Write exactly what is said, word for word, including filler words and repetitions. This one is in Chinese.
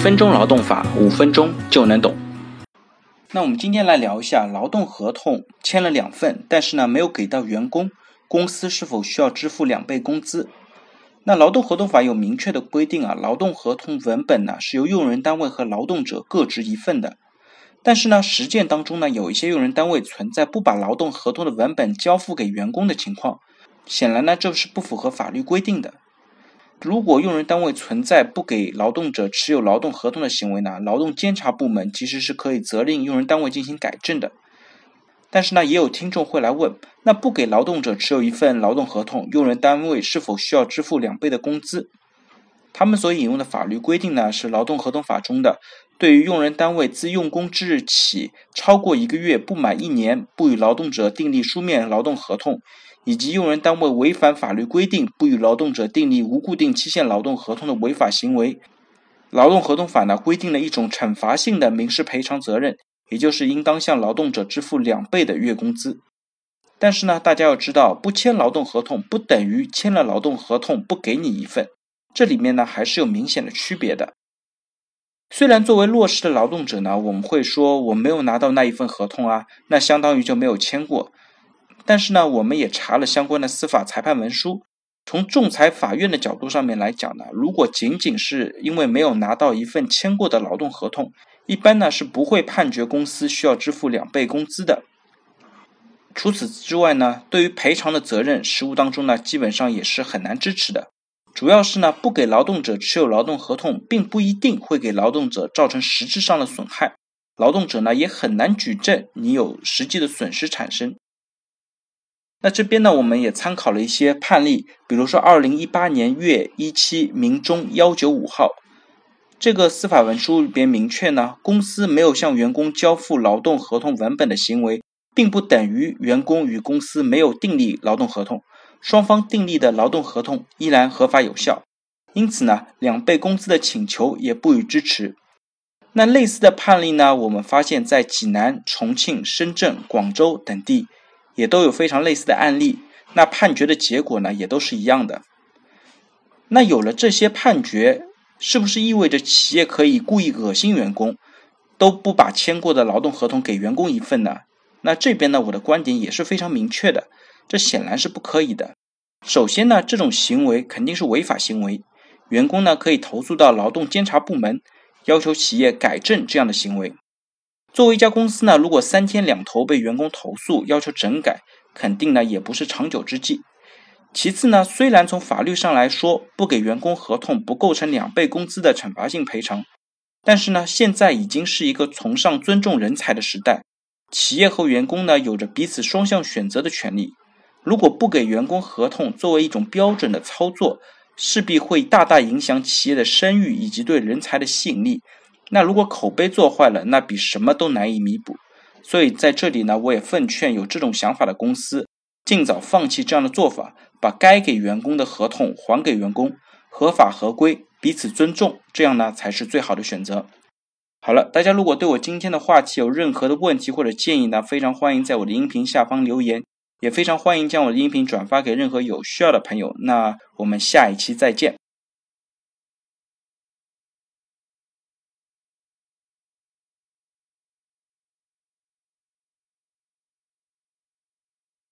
分钟劳动法，五分钟就能懂。那我们今天来聊一下劳动合同签了两份，但是呢没有给到员工，公司是否需要支付两倍工资？那劳动合同法有明确的规定啊，劳动合同文本呢是由用人单位和劳动者各执一份的。但是呢，实践当中呢，有一些用人单位存在不把劳动合同的文本交付给员工的情况，显然呢，这是不符合法律规定的。如果用人单位存在不给劳动者持有劳动合同的行为呢，劳动监察部门其实是可以责令用人单位进行改正的。但是呢，也有听众会来问，那不给劳动者持有一份劳动合同，用人单位是否需要支付两倍的工资？他们所引用的法律规定呢，是劳动合同法中的对于用人单位自用工之日起超过一个月不满一年不与劳动者订立书面劳动合同，以及用人单位违反法律规定不与劳动者订立无固定期限劳动合同的违法行为。劳动合同法呢规定了一种惩罚性的民事赔偿责任，也就是应当向劳动者支付两倍的月工资。但是呢，大家要知道，不签劳动合同不等于签了劳动合同不给你一份，这里面呢还是有明显的区别的。虽然作为弱势的劳动者呢，我们会说我没有拿到那一份合同啊，那相当于就没有签过。但是呢，我们也查了相关的司法裁判文书，从仲裁法院的角度上面来讲呢，如果仅仅是因为没有拿到一份签过的劳动合同，一般呢是不会判决公司需要支付两倍工资的。除此之外呢，对于赔偿的责任，实务当中呢基本上也是很难支持的。主要是呢，不给劳动者持有劳动合同，并不一定会给劳动者造成实质上的损害，劳动者呢也很难举证你有实际的损失产生。那这边呢，我们也参考了一些判例，比如说二零一八年粤一七民中一九五号，这个司法文书里边明确呢，公司没有向员工交付劳动合同文本的行为，并不等于员工与公司没有订立劳动合同。双方订立的劳动合同依然合法有效，因此呢，两倍工资的请求也不予支持。那类似的判例呢，我们发现在济南、重庆、深圳、广州等地也都有非常类似的案例，那判决的结果呢，也都是一样的。那有了这些判决，是不是意味着企业可以故意恶心员工，都不把签过的劳动合同给员工一份呢？那这边呢，我的观点也是非常明确的，这显然是不可以的。首先呢，这种行为肯定是违法行为，员工呢可以投诉到劳动监察部门，要求企业改正这样的行为。作为一家公司呢，如果三天两头被员工投诉要求整改，肯定呢也不是长久之计。其次呢，虽然从法律上来说，不给员工合同不构成两倍工资的惩罚性赔偿，但是呢，现在已经是一个崇尚尊重人才的时代，企业和员工呢有着彼此双向选择的权利。如果不给员工合同作为一种标准的操作，势必会大大影响企业的声誉以及对人才的吸引力。那如果口碑做坏了，那比什么都难以弥补。所以在这里呢，我也奉劝有这种想法的公司，尽早放弃这样的做法，把该给员工的合同还给员工，合法合规，彼此尊重，这样呢才是最好的选择。好了，大家如果对我今天的话题有任何的问题或者建议呢，非常欢迎在我的音频下方留言，也非常欢迎将我的音频转发给任何有需要的朋友。那我们下一期再见。